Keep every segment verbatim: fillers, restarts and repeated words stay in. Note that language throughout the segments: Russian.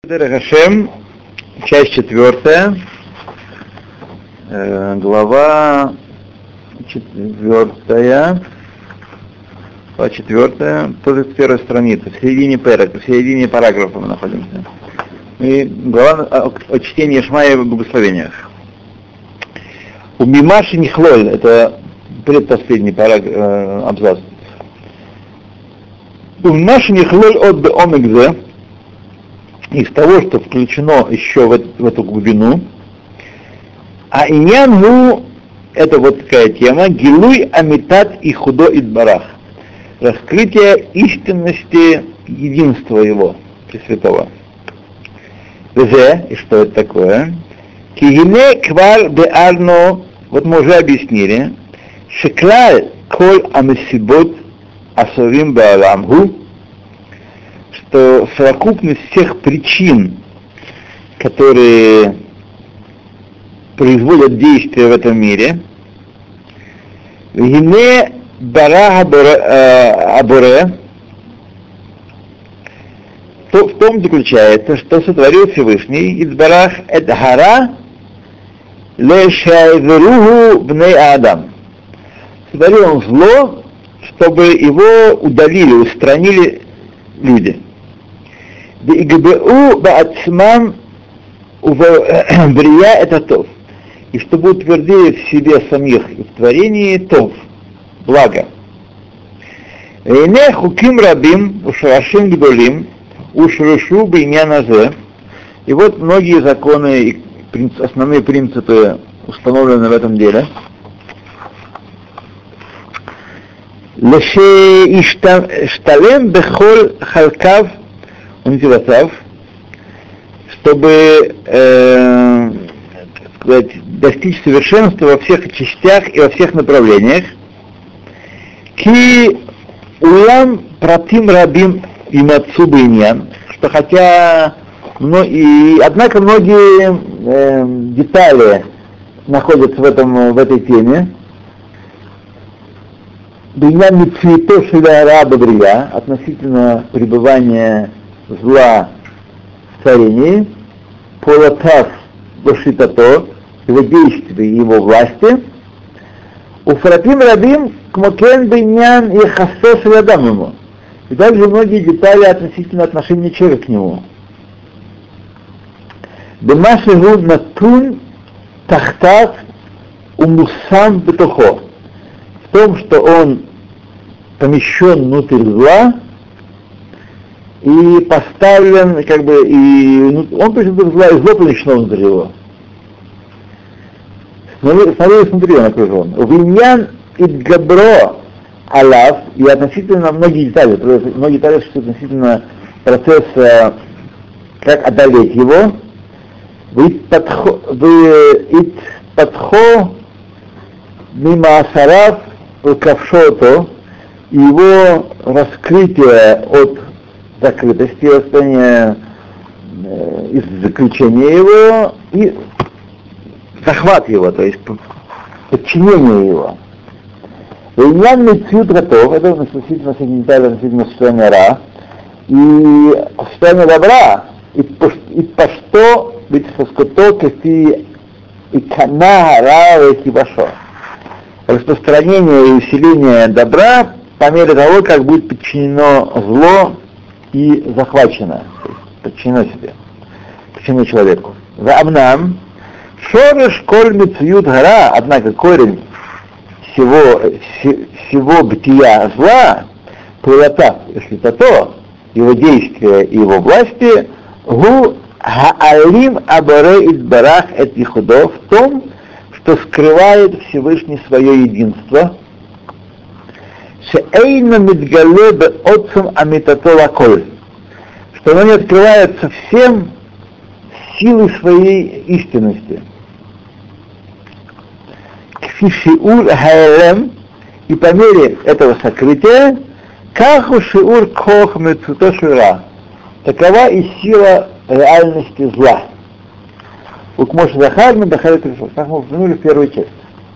Хашем, часть четвертая, э, глава четвертая, глава четвертая, тоже с первой страницы, в середине параграфа, в середине параграфа мы находимся. И глава о, о чтении Шма и благословениях. У Мимаши Нихлоль, это предпоследний параграф, э, абзац. У Мимаши Нихлоль от Беомегзе, из того, что включено еще в, в эту глубину, а иньян, это вот такая тема, гилуй амитат и худо идбарах, раскрытие истинности единства его, Пресвятого. Везе, и что это такое? Кигине квар беарно, вот мы уже объяснили, шеклаль коль амесибот асурим беаламгу, что совокупность всех причин, которые производят действия в этом мире, гине бара аборе, то в том заключается, что сотворил Всевышний из барах эт гара лешайверуху бней адам. Сотворил он зло, чтобы его удалили, устранили люди. Бигбу баатсмам брия это тов. И чтобы утвердили в себе самих и в творении тов, благо. Вейне хуким рабим ушарашим гдолим ушрашу бейняназе. И вот многие законы и основные принципы установлены в этом деле. Леше ишталем бехоль халкав унитивацав, чтобы э, сказать, достичь совершенства во всех частях и во всех направлениях. Ки улам пратим рабим имацу бейнян, что хотя, но и однако многие э, детали находятся в этом в этой теме. Бейнян мицвито шиля раба брия, относительно пребывания зла в творении, полотав башитато, его действия и его власти, уфратим рабим кмокен бейнян и хассос рядом ему. И также многие детали относительно отношения человека к нему. Бемаши гуд натун тахтав умусам бетухо. В том, что он помещен внутрь зла и поставлен, как бы, и он помещен зла, и зло помещено внутри его. Смотри, смотри, он окружен. Виньян идгабро алав, и относительно многие детали, многие детали, что относительно процесса, как одолеть его, вы подхо мимо асарав ковшото, его раскрытие от закрытости, восстания э, из заключения его и захват его, то есть подчинение его. Иньян мецьют готов, это относительно детали, относительно состояния ра, и состояние добра, и по что быть соското кефи и кана ра кибашо. Распространение и усиление добра по мере того, как будет подчинено зло и захвачено, то есть подчинено себе, подчинено человеку. За амнам шореш коль мецьют гара, однако корень всего, всего бытия зла, прилотав, если то то, его действия и его власти, гу хаалим абаре идбарах эт ихудо, в том, что скрывает Всевышний свое единство, шеэйна мидгале бе отцем амитато лаколь, что оно не открывается всем силой своей истинности. Кфишиур хаэлем, и по мере этого сокрытия, каху шиур кох мецуто шира, такова и сила реальности зла. Укмош захарми дахарит решос, как мы упомянули в первой части.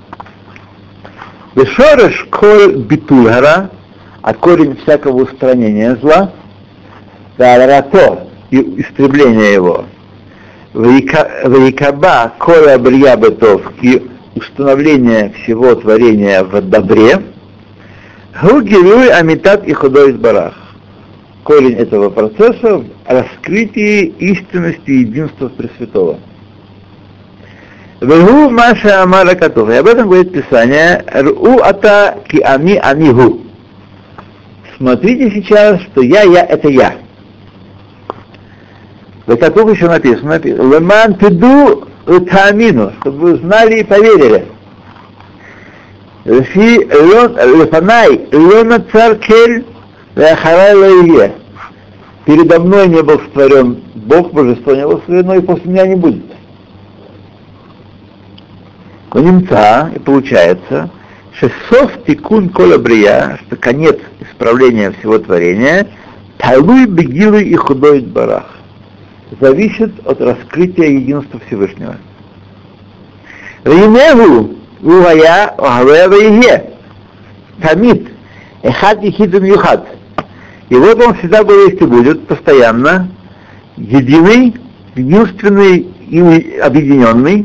Вешореш коль битульгара, а корень всякого устранения зла, да рато, и истребления его. Ваикаба кола брия бетов, и установление всего творения в добре. Гугилуй амитат и худой избарах. Корень этого процесса в раскрытии истинности единства Пресвятого. Вегу маша амара катув. И об этом говорит Писание. Ру ата ки ани анигу. Смотрите сейчас, что я, я, это я. В катув еще написано. Леман тиду таамину, чтобы вы знали и поверили. Лефанай лона царкель веахарай лаие. Передо мной не был сотворен Бог, божество не было сотворено, и после меня не будет. У немца, и получается, шестьсот тикун кола брия, что конец исправления всего творения, талуй бегилуй и худой барах, зависит от раскрытия единства Всевышнего. Ринегу увая огавея тамит эхад ехидом юхад. И вот он всегда был есть и будет, постоянно, единый, единственный и объединенный.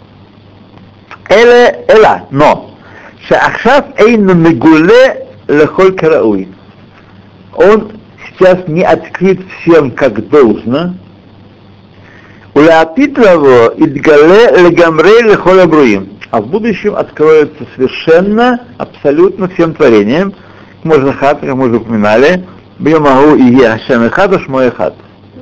Эле эла, но шахшав эйну мегуле лехоль карауй. Он сейчас не открыт всем как должно. Улеапит лаво идгале легамрей лехоль абруим. А в будущем откроется совершенно, абсолютно всем творениям. Можно хат, как мы уже упоминали. Бьемагу и е хашем и хат, аш мой хат.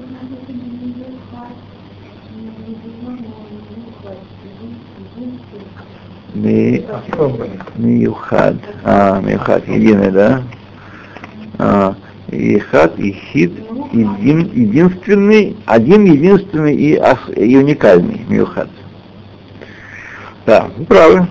Миюхад. А, миюхад, единый, да? А, Ихад, Ихид, един, единственный, один единственный и, и уникальный, миюхад. Да, вы правы.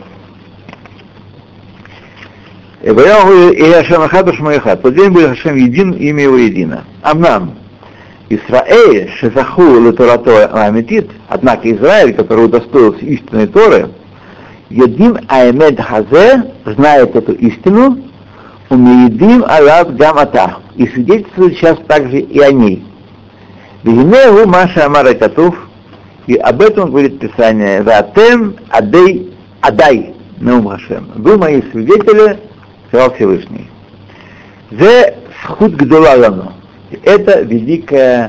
И Хашем Ахад, аш мой хат. Вот день будет Хашем един, имя его едино. Амнам. Исраэль, шезаху летурато аметит, однако Израиль, который удостоился истинной Торы, Едим Аэмед Хазе знает эту истину, умеедим Алаб Гамата, и свидетельствует сейчас также и о ней. Вегинегу Маша Амара Катув, и об этом говорит Писание, Ватем Адей Адай Неум Хашем. Вы мои свидетели, сказал Всевышний. Зе схуд гдулалану. Это великая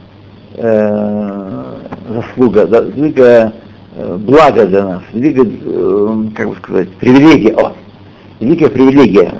э, заслуга, великая благо для нас, великая, как бы сказать, привилегия, о, великая привилегия.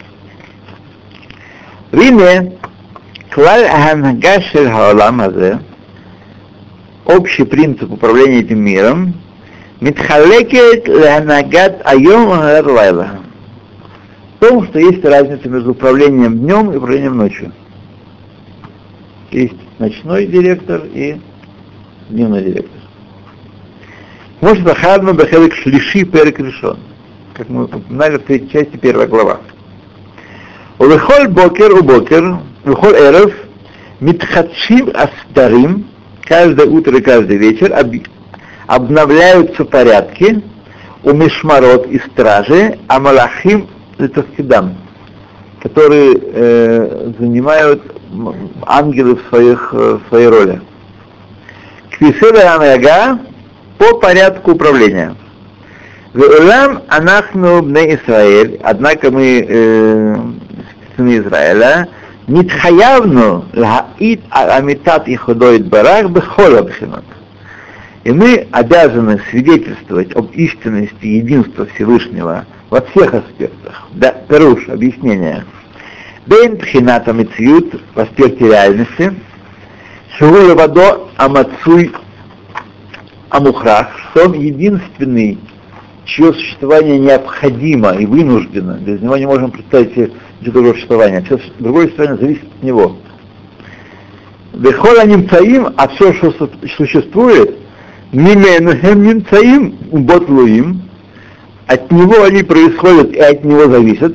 В Риме клаль ахангаш шель хаолам азе, общий принцип управления этим миром, митхалекет лаханагат айом ахагат лайла. В том, что есть разница между управлением днем и управлением ночью. Есть ночной директор и дневной директор. Может, Захарну Бехелек Шлиши Перек решен, как мы упоминали в третьей части, первая глава. Увехоль Бокер, у Бокер, Увехоль Эрев, Митхатшим Асдарим, каждое утро и каждый вечер об, обновляются порядки, у Мишмарот и стражи, а Малахим Летаскидам, которые э, занимают ангелы в, своих, в своей роли. Квиселя Анаяга, по порядку управления. Веулам анахну бне Исраэль, однако мы э, сыны Израиля, нитхаявну лаид амитат и ходоид барах бехола бхинот. И мы обязаны свидетельствовать об истинности единства Всевышнего во всех аспектах. Да, Перуш, объяснение. Бен пхината мециют, в аспекте реальности, шугуля вадо амацуй Амухрах, что он единственный, чье существование необходимо и вынуждено. Без него не можем представить себе другого существования. Все другое существование зависит от него. Бехола нимцаим, а все, что существует, мименухем нимцаим, ботлуим, от него они происходят и от него зависят.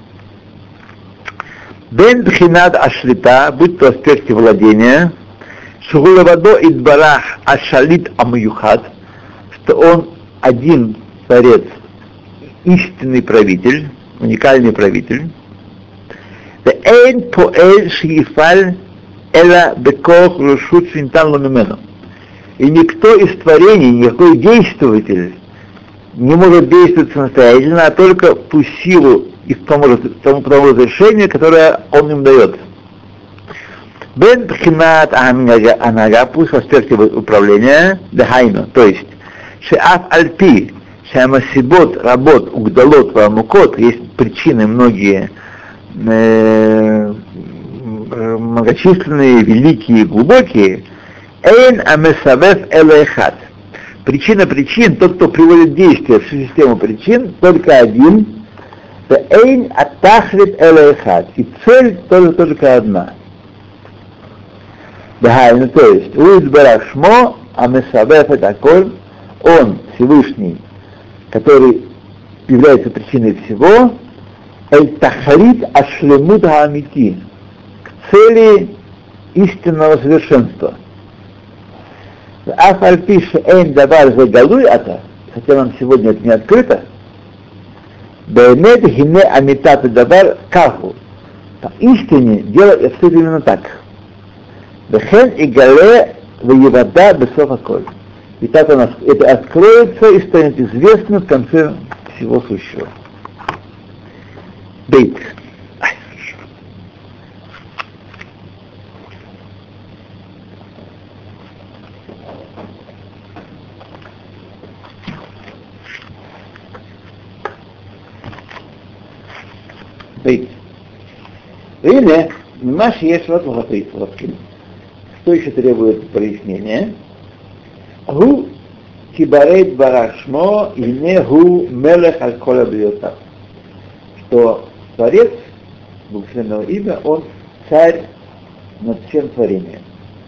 Бен бхинад ашлита, будь то в аспекте владения, Шугулавадо идбарах ашалит амюхат, что он один творец, истинный правитель, уникальный правитель. Эйн поэль шиифаль эла бекох рушут шинтан ломимену. И никто из творений, никакой действователь не может действовать самостоятельно, а только ту силу и тому, тому, тому разрешению, которое он им дает. Бен пхинат анага, пусть в аспекте управления, дехайну, то есть, шеаф альпи, шеамасибот, работ, угдалот, вамукот, есть причины многие, э, многочисленные, великие, глубокие, эйн амесавеф элэхат. Причина причин, тот, кто приводит действие в всю систему причин, только один, эйн атахрит элэхат. И цель тоже только одна. Да, ну то есть, уиз барашмо амесавеф этаколь, он, Всевышний, который является причиной всего, эль-тахрит ашлемут хаамити, к цели истинного совершенства. Афальпиш эйн давар загалуй ата, хотя нам сегодня это не открыто, бэймед хине амитат давар каху. По истине дело обстоит именно так. Бэхэн и гале воевода бесов аколь. И так она, это откроется и станет известно в конце всего сущего. Бейт. Бейт. Или, наш есть вот лохаприт. Что еще требует прояснения? Гу кибарейт барашмо и не гу мелех аль кола бьета. Что Творец, благословенного имя, он царь над всем творением.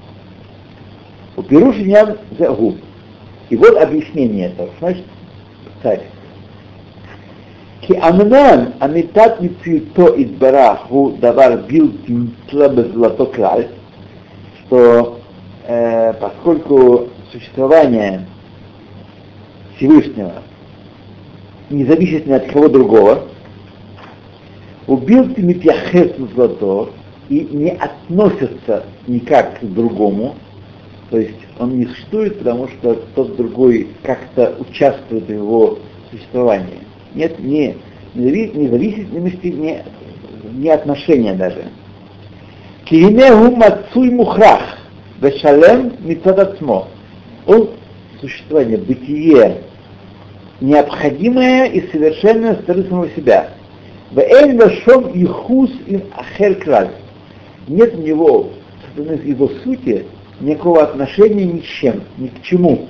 У Пирушинян за гу. И вот объяснение этого, значит, царь. Ки амнан амитат мицито идбарах гу давар билти митла безлато клаль, что э, поскольку существование Всевышнего не зависит ни от кого другого, убил ты митяхес злато и не относится никак к другому, то есть он не существует, потому что тот другой как-то участвует в его существовании. Нет ни независимости, ни, ни отношения даже. Киринеху мацуй мухрах, вешалем митцадацмо. Он существование, бытие, необходимое и совершенное со стороны самого себя. Вээн вашом ихус им ахер краль. Нет у него, со стороны его сути, никакого отношения ни с чем, ни к чему.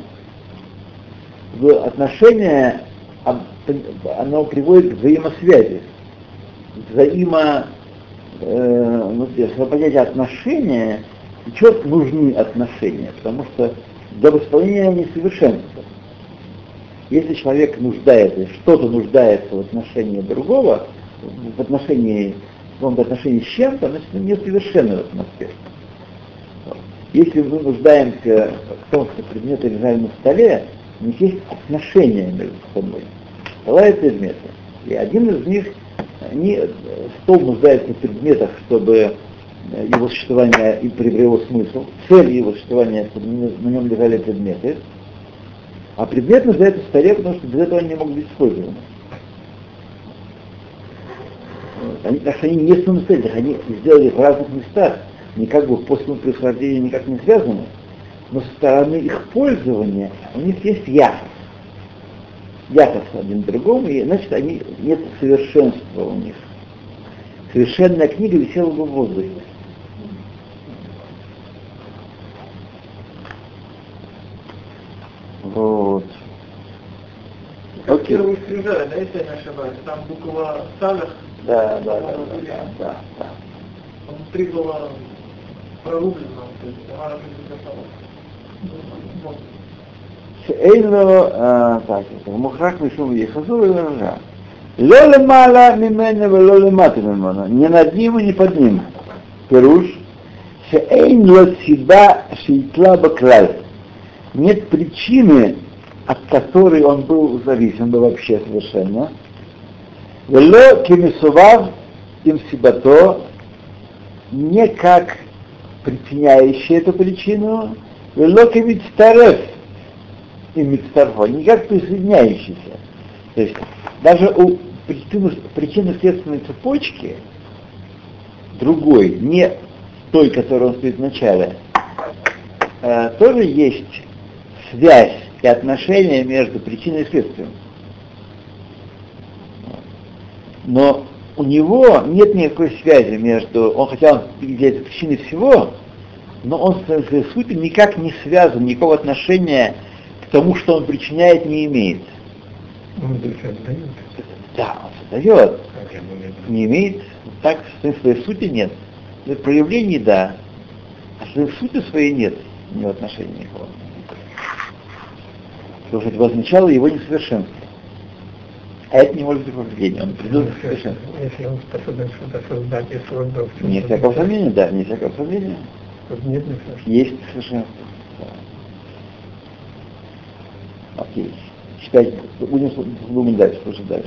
Отношение, оно приводит к взаимосвязи, взаимо, э, ну, если понятие отношения, чего нужны отношения, потому что для восполнения несовершенства. Если человек нуждается, что-то нуждается в отношении другого, в отношении, в отношении с чем-то, значит, он несовершенный в этом аспекте. Если мы нуждаемся в том, что предметы лежали на столе, у них есть отношения между собой. Бывают предметы. И один из них, они, стол нуждается в предметах, чтобы его существование и приобрело смысл. Цель его существования, чтобы на нем лежали предметы. А предмет нуждается в столе, потому что без этого они не могут быть использованы. Они, так что они не самостоятельны, они сделали в разных местах, они как бы по своему происхождению никак не связаны, но со стороны их пользования у них есть яхос. Яхос один к другому, и значит они, нет совершенства у них. Совершенная книга висела бы в воздухе. Вот. Окей. Первый скрижаль, да, если я не ошибаюсь, там буква Салах. Да, да, да, да, да, да. Внутри была прорублена, то есть она различается. Шеэйно, так, мухрах мишум ехазур и лежа. Ло лемала мимена, ло лемата мимена. Не над ним и не под ним. Пируш. Шеэйн ло сиба шейтла баклаль. Нет причины, от которой он был зависим, был вообще совершенно. Вело кемисував им сибато, не как причиняющий эту причину, велоки мицтареф и мицтарфо, не как присоединяющийся. То есть даже у причинно-следственной цепочки другой, не той, которая он стоит в начале, э, тоже есть связь и отношения между причиной и следствием. Но у него нет никакой связи между, он хотя он является причиной всего, но он в своей сути никак не связан, никакого отношения к тому, что он причиняет, не имеет. Он создает. Да, он создает. Не имеет, так в своей сути нет. В проявлении да, а в своей сути своей нет у него отношения никакого. Потому что это означало его несовершенство. А это не может быть проявление, он придет к совершенству. Если он способен что-то создать и создал... Не всякого сомнения, да, не всякого сомнения. Тут нет несовершенства. Есть совершенство. Да. Окей. Читать, будем думать дальше, слушать дальше.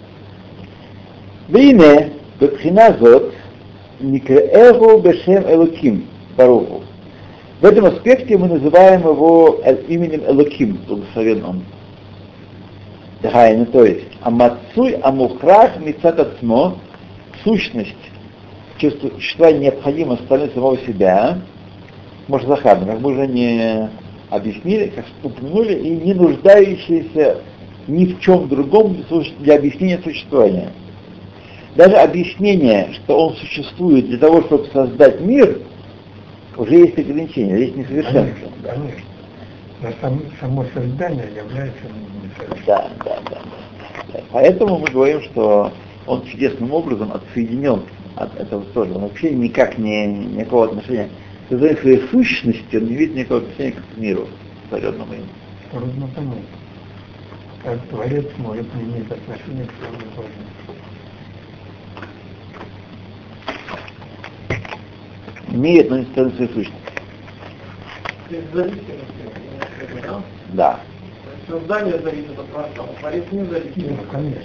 Вейне, бепхина зот, никреэгу бешем элоким, баруху. В этом аспекте мы называем его именем Элоким, благословен он. Дагайна, то есть, амацуй амухрах мицат ацмо, сущность чувства необходимо стороны самого себя, может захарно, как мы уже не объяснили, как упомянули, и не нуждающийся ни в чем другом для объяснения существования. Даже объяснение, что он существует для того, чтобы создать мир, уже есть ограничения, есть несовершенство. Конечно, конечно. Но сам, само создание является несовершенством. Да, да, да, да. Поэтому мы говорим, что он чудесным образом отсоединен от этого тоже. Он вообще никак не никакого отношения к своей сущности, он не видит никакого отношения к миру, сотворенному им. Трудно понять, как Творец может не иметь отношения к своему творению. Имеет, но не становится своей сущностью. Да. Создание зависит от Творца, а Творец не зависит. Ну, конечно.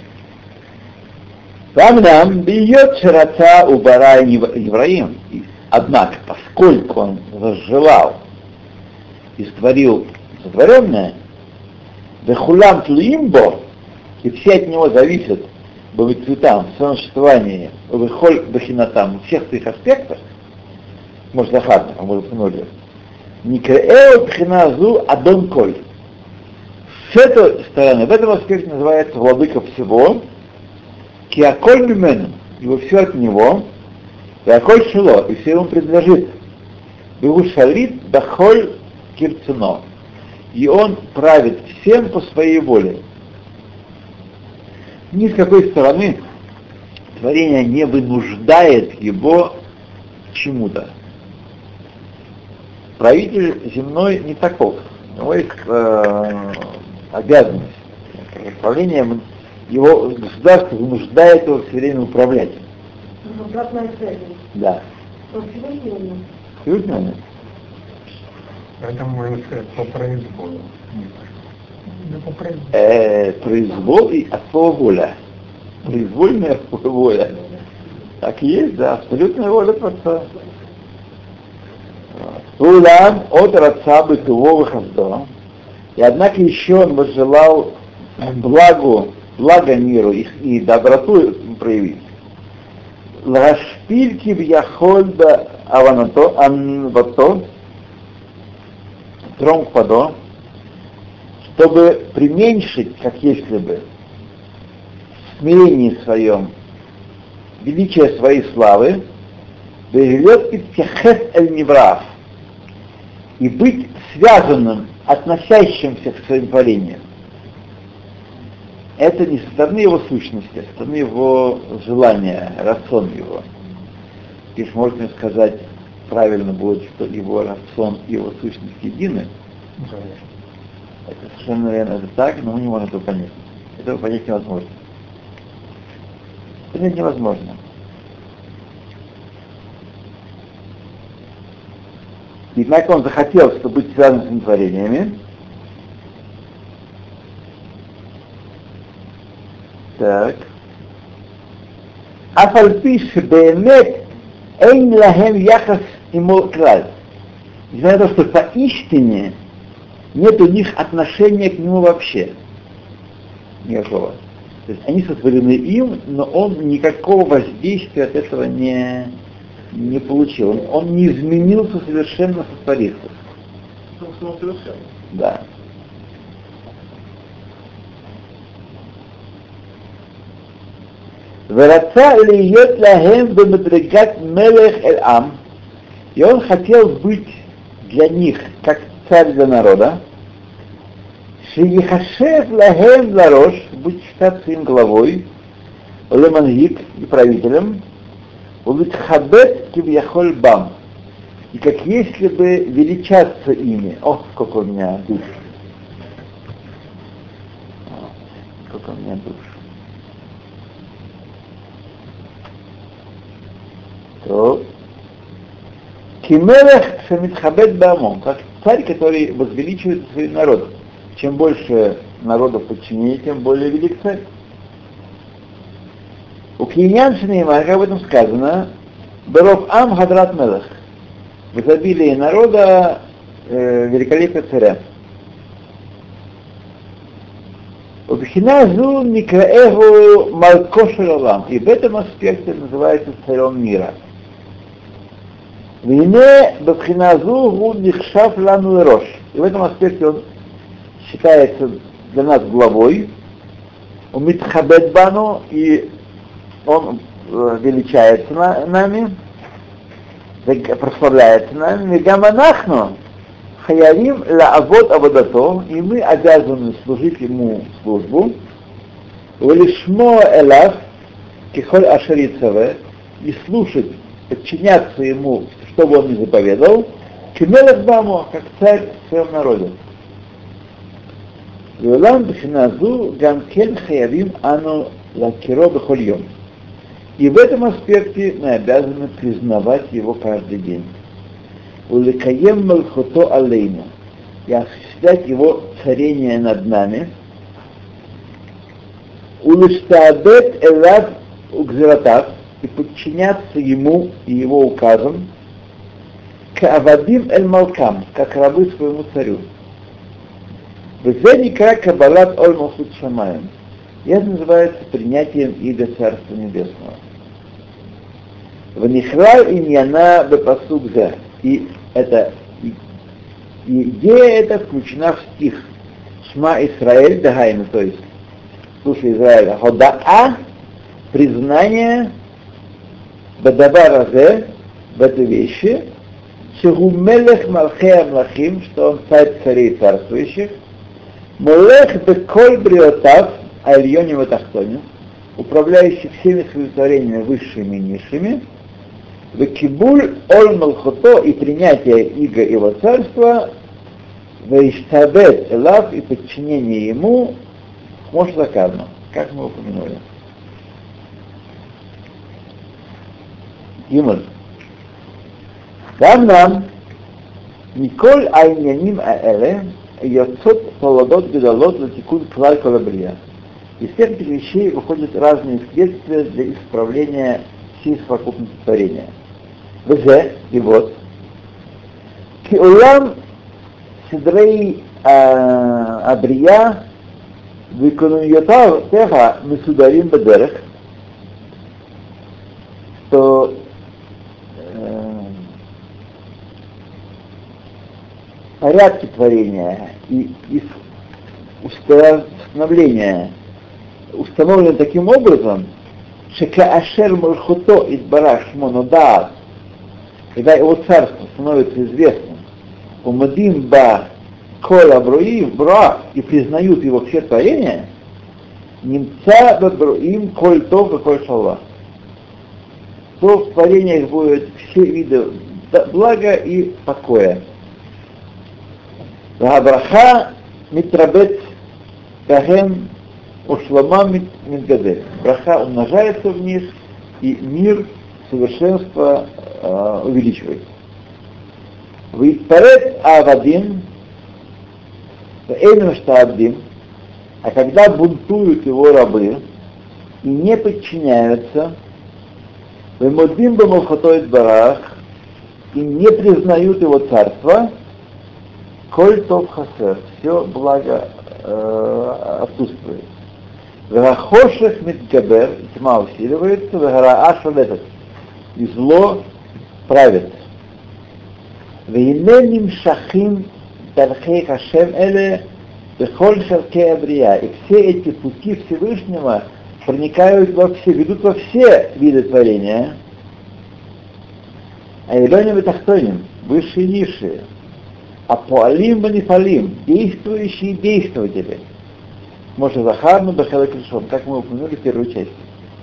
Рамнам бьет широта у бара Евраим. Однако, поскольку он возжелал и сотворил сотворенное, вехулам тлуимбо, и все от него зависят, быть цветам в своем существовании, выхоль бахинатам, в всех своих аспектах, может, захарно, а может, упомянули, никреэо бхиназу адон коль. С этой стороны, в этом аспекте называется владыка всего, киаколь мимену, его все от него, киаколь шило, и все ему принадлежит. Его шалит дахоль кирцуно, и он правит всем по своей воле. Ни с какой стороны творение не вынуждает его к чему-то. Правитель земной не таков. У него есть э, обязанность. Правление его государство вынуждает его все время управлять. Обратная связь. Да. Абсолютно. Абсолютно. Поэтому можно сказать по произволу. Да, по произволу. Э, произвол и от слова воля. Произвольная воля. Так и есть, да, абсолютная воля Творца. Улам от Раца Бытувого Хаздо. И однако еще он возжелал благу, благо миру и, и доброту проявить. Лашпильки бьяхольда аванато анвато тромкпадо, чтобы применьшить, как если бы, в смирении своем величие своей славы, и быть связанным, относящимся к своим творениям. Это не со стороны его сущности, а со стороны его желания, рацион его. Если можно сказать, правильно будет, что его рацион и его сущность едины, это совершенно верно, это так, но мы не можем этого понять. Этого понять невозможно. Понять невозможно. Однако он захотел, чтобы быть связан с своими творениями. Так. Афальпиш беемет эйн лахем яхас ему клаль. Несмотря на то, что поистине нет у них отношения к нему вообще. Никакого. То есть они сотворены им, но он никакого воздействия от этого не, не получил. Он, он не изменился совершенно, сотворившись. Он совершенно. Да. ורצה להיות להם במדרגת מלך אל עם, и он хотел быть для них как царь для народа, шеихашев лахем ларош, будет считаться им главой, лемангик и правителем, улитхабет кивьяхоль бам, и как если бы величаться ими. Ох, сколько у меня душ. Сколько у меня душ. То Кимелех шамитхабет баамон, как царь, который возвеличивает свой народ. Чем больше народов подчинений, тем более велик царь. У Киньян Шнеймар, как об этом сказано, Беров Ам Хадрат Мелех, в изобилии народа э, великолепие царя. У Бхиназу Никраэгу Малкошер Алам, и в этом аспекте называется царем мира. Вине Бхиназу Гу Нихшав Лану Рош, и в этом аспекте он считается для нас главой, он митхабет бану, и он э, величается на, нами, прославляется нами, вегаманахну хаявим лаавод аводато, и мы обязаны служить ему службу, велишмо элав кихоль ашерицаве, и слушать, подчиняться ему, что бы он ни заповедал, кимелах баму, как царь в своем народе. Вилам бхиназу гамкен хаявим ану лакиро бхольем. И в этом аспекте мы обязаны признавать его каждый день. Улекаем малхото алейна, и осуществлять его царение над нами. Улиштаабет элав угзиратав, и подчиняться ему и его указам. Каавадим эль малкам, как рабы своему царю. Везеникра кабалат оль малхут шамаем. И это называется принятием иго Царства Небесного. Ванихрал иньяна бепасук зе. И это и, и идея эта включена в стих Шма Исраэль Дагайна, то есть слушай Израиля, Ходаа, признание Бадавара зе, в этой вещи, Шегу мелех малхея млахим, что он царь царей царствующих, Молех беколь бриотав, а Ильоне в Тахтоне, управляющий всеми своими творениями высшими и низшими, векибуль оль малхото, и принятие иго его царства, вейштабет элав, и подчинение ему, может заказано, как мы упомянули. Гимель. Там нам Николь айняним аэле йоцот полодот гедалот латикун клаль колабрия. Из всех этих вещей выходят разные следствия для исправления всей совокупности творения. Везе, и вот, киулам сидрей абрия виконуйотав теха мисударим бедерех, что порядки творения и, и установления установлены таким образом, что каашер мальхуто идбарах шмонодаас, когда его царство становится известным, умадим ба кола бруим бра, и признают его все творения, немца ба бруим коль тов и коль шалва, то в творениях будет все виды блага и покоя. Ваабраха митрабет кахем ушлама митгадель. Браха умножается в них, и мир, совершенство э, увеличивается. Витпарет авадим, эйнем штаабдим, а когда бунтуют его рабы и не подчиняются, вемодим бамалхатоид барах, и не признают его царство, коль тов хасер, все благо э, отсутствует. Вахошех митгабер, тьма усиливается, вагара шалетет, и зло правит. Вейненим шахим дархей хашем эле бехоль шаркей абрия. И все эти пути Всевышнего проникают во все, ведут во все виды творения. А Илоним и Тахтоним, высшие и низшие. А Пуалим Банифалим, действующие и действователи. Может, Захарну Бахалек Решон, как мы упомянули в первой части.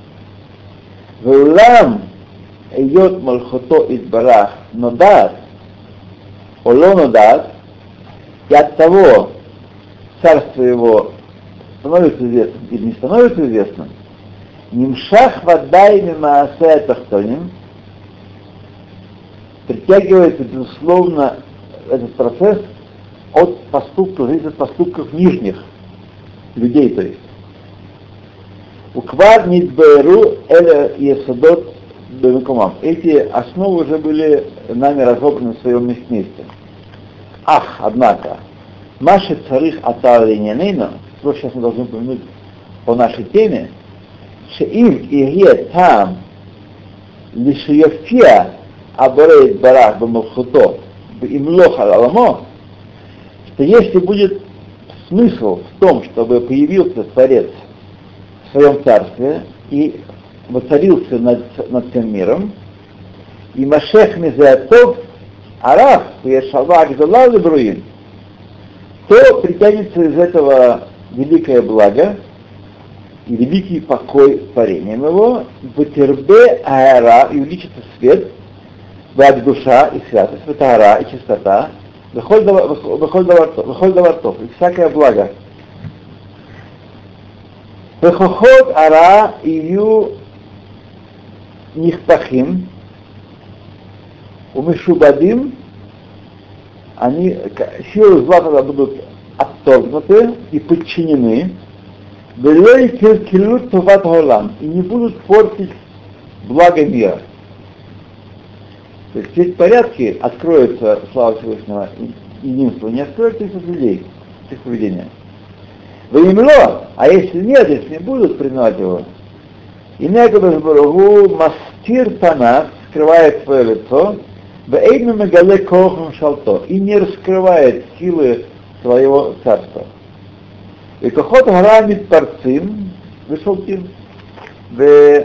Веулам Эйот Малхото Идбарах Нодат, Оло Нодат, и от того царство его становится известным или не становится известным, Нимшах Вадай Мимаасе Тахтоним, притягивается, безусловно, этот процесс от поступков, зависит от поступков нижних людей, то есть. Уквар Нидбэру Эля Есадот Бемекумам. Эти основы уже были нами разобраны в своем месте. Ах, однако, Маши Царих Атар Линянейна, что сейчас мы должны упомянуть по нашей теме, Шеим Иге Там Лишиевтия Аборейт Барах Бамалхуто Имлоха Аламо, что если будет смысл в том, чтобы появился Творец в своем царстве и воцарился над, над всем миром, и Машех Мизеатов Араф Ешава Гдала Лебруин, то притянется из этого великое благо и великий покой творением его, Батербе Аара, и увеличится свет, Вад душа и святость, Ватара и чистота, выходит давартов, и всякое благо. Вехохот ара ию нихтахим, умешубадим, они, силы зла тогда будут отторгнуты и подчинены, велой килют туват голам, и не будут портить благо мира. То есть все порядки откроются, слава Всевышнего, единство, не откроются из людей, из их поведения. Ваимло, а если нет, если не будут признавать его, и некогда Барагу мастир панах скрывает свое лицо, ваэйну мегале кохом шалто, и не раскрывает силы своего царства. И кохот грамит парцим, вышелтин, в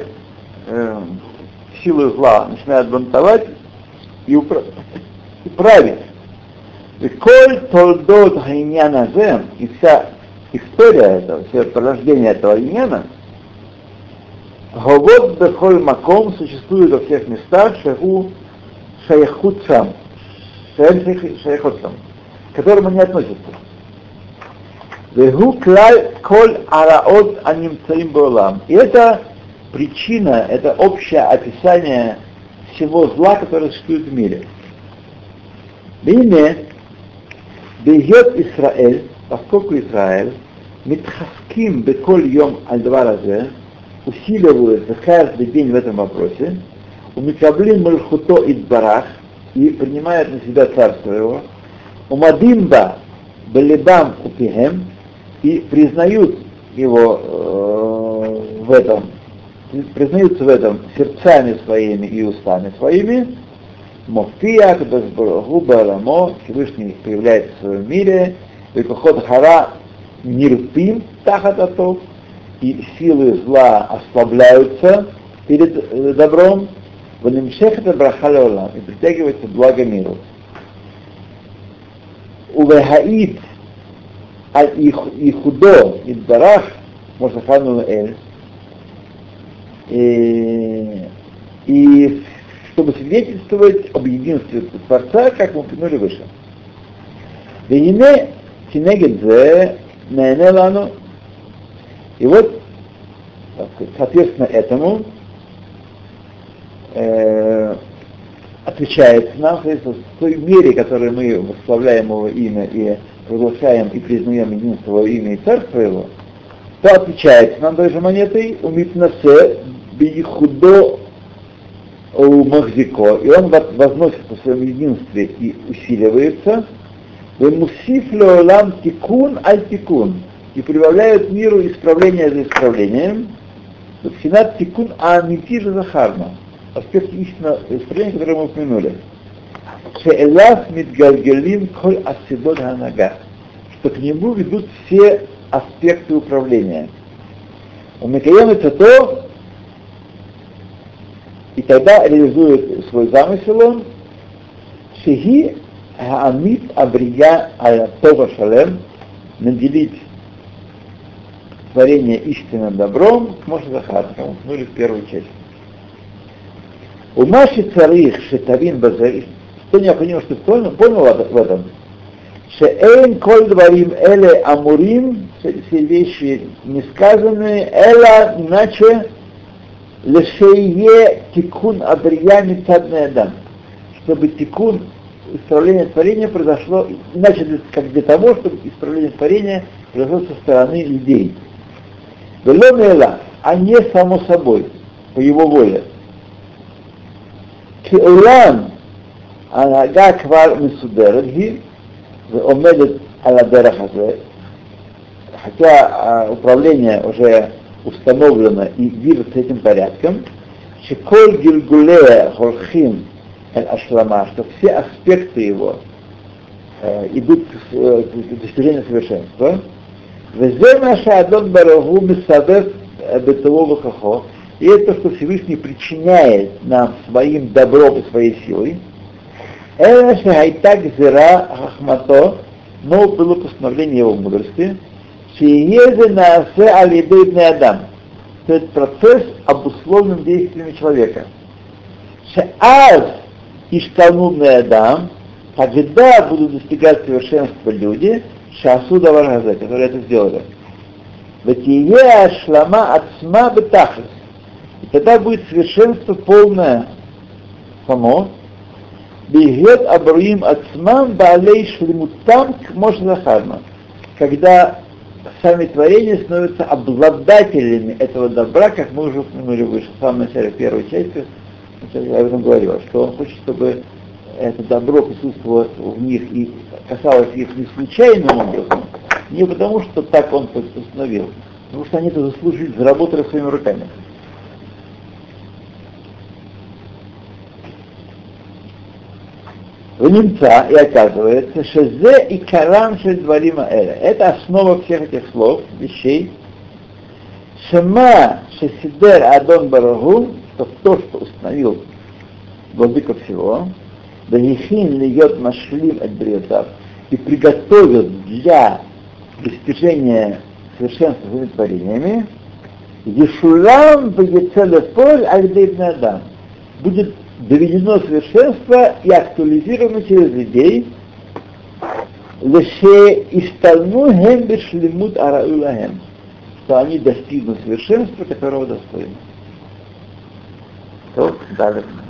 силы зла начинают бунтовать, и, упра- и править. И коль толдот хайняна зем, и вся история этого, все порождение этого иньяна, говод бехоль маком существует во всех местах, шеху шаяхут сам, шаяхут сам, к которому они относятся. Вегу клаль коль араот анимцаим баолам. И это причина, это общее описание всего зла, которое существует в мире. Бине бейет Исраэль, поскольку Израиль митхаским беколь йом аль-дваразе, усиливается каждый день в этом вопросе, у микаблин мальхуто идбарах, и принимает на себя царство его, у мадимба балибам упихем, и признают его э, в этом, признаются в этом сердцами своими и устами своими, Мофия, Губа Рамо, Всевышний появляется в своем мире, Векохот Хара Нирпим Тахататов, и силы зла ослабляются перед добром, Ванимшехата Брахалеолам, и притягивается благо миру. Увехаид и худо, и дарах, можно хану эль, и чтобы свидетельствовать об единстве Творца, как мы упомянули выше. Вейне кинегедзе наэнелану. И вот, соответственно этому, э, отвечает нам, в той мере, в которой мы восславляем его имя и разглашаем и признаем единство его имя и царство его, то отвечает нам той же монетой умитнасе бихудо у Махзико, и он возносится в своем единстве и усиливается, «Вемусиф леолам тикун аль тикун», и прибавляют миру исправление за исправлением, «Синат тикун аамити же захарна», аспект истинного исправления, которое мы упомянули, «Шеэлав мидгалгалим коль асидот ханага», что к нему ведут все аспекты управления. У Микаем это то, и тогда реализует свой замысел он, «Шеги хаамит абрия аля това шалем», наделить творение истинным добром, может захар, как мы упомянули в первой части. У Маши царих шетавин базарих, что необходимо, чтобы понял, понял в этом, шеэйн коль дворим эле амурим, все вещи не сказанные, эла иначе лешее тикун абрия мицадный адам, чтобы тикун, исправление творения произошло, иначе как для того, чтобы исправление творения произошло со стороны людей. Вело мела, а не само собой, по его воле. Кеулан анага квар мисудерги, омедет аладерах хазе, хотя а, управление уже установлено и движется этим порядком, шеколь гильгулея хорхим аль-ашлама, что все аспекты его э, идут к, э, к достижению совершенства. Везе наша адон барагу мисадев бетового хахо, и это, что Всевышний причиняет нам своим добром и своей силой. Это шахайтак зира хахмато, но было постановление его мудрости, шиезе наасе аль-едей адам, что этот процесс обусловлен действиями человека. Шеаз иштанудный адам, когда будут достигать совершенства люди, шасу давар газе, которые это сделали. Ватие ашлама ацма бетахлис, и тогда будет совершенство полное само. Бигет абруим ацмам баалей шлемутам к мошзахарма, когда сами творения становятся обладателями этого добра, как мы уже упомянули выше, в самом начале первой части, я об этом говорил, что он хочет, чтобы это добро присутствовало в них и касалось их не случайным образом, не потому, что так он установил, потому что они это заслужили, заработали своими руками. В немца, и оказывается, шезе и карам шель дварима эля. Это основа всех этих слов, вещей. Шема шесидер адон барагу, что то, что установил владыка всего, да нихин льет машлим от бриотав, и приготовил для достижения совершенства своими творениями, ешулам вегецелефоль альдейбный адам, будет доведено совершенство и актуализировано через людей, леше истальну хем бешлемут араулахем, что они достигнут совершенства, которого достойны. То, далее.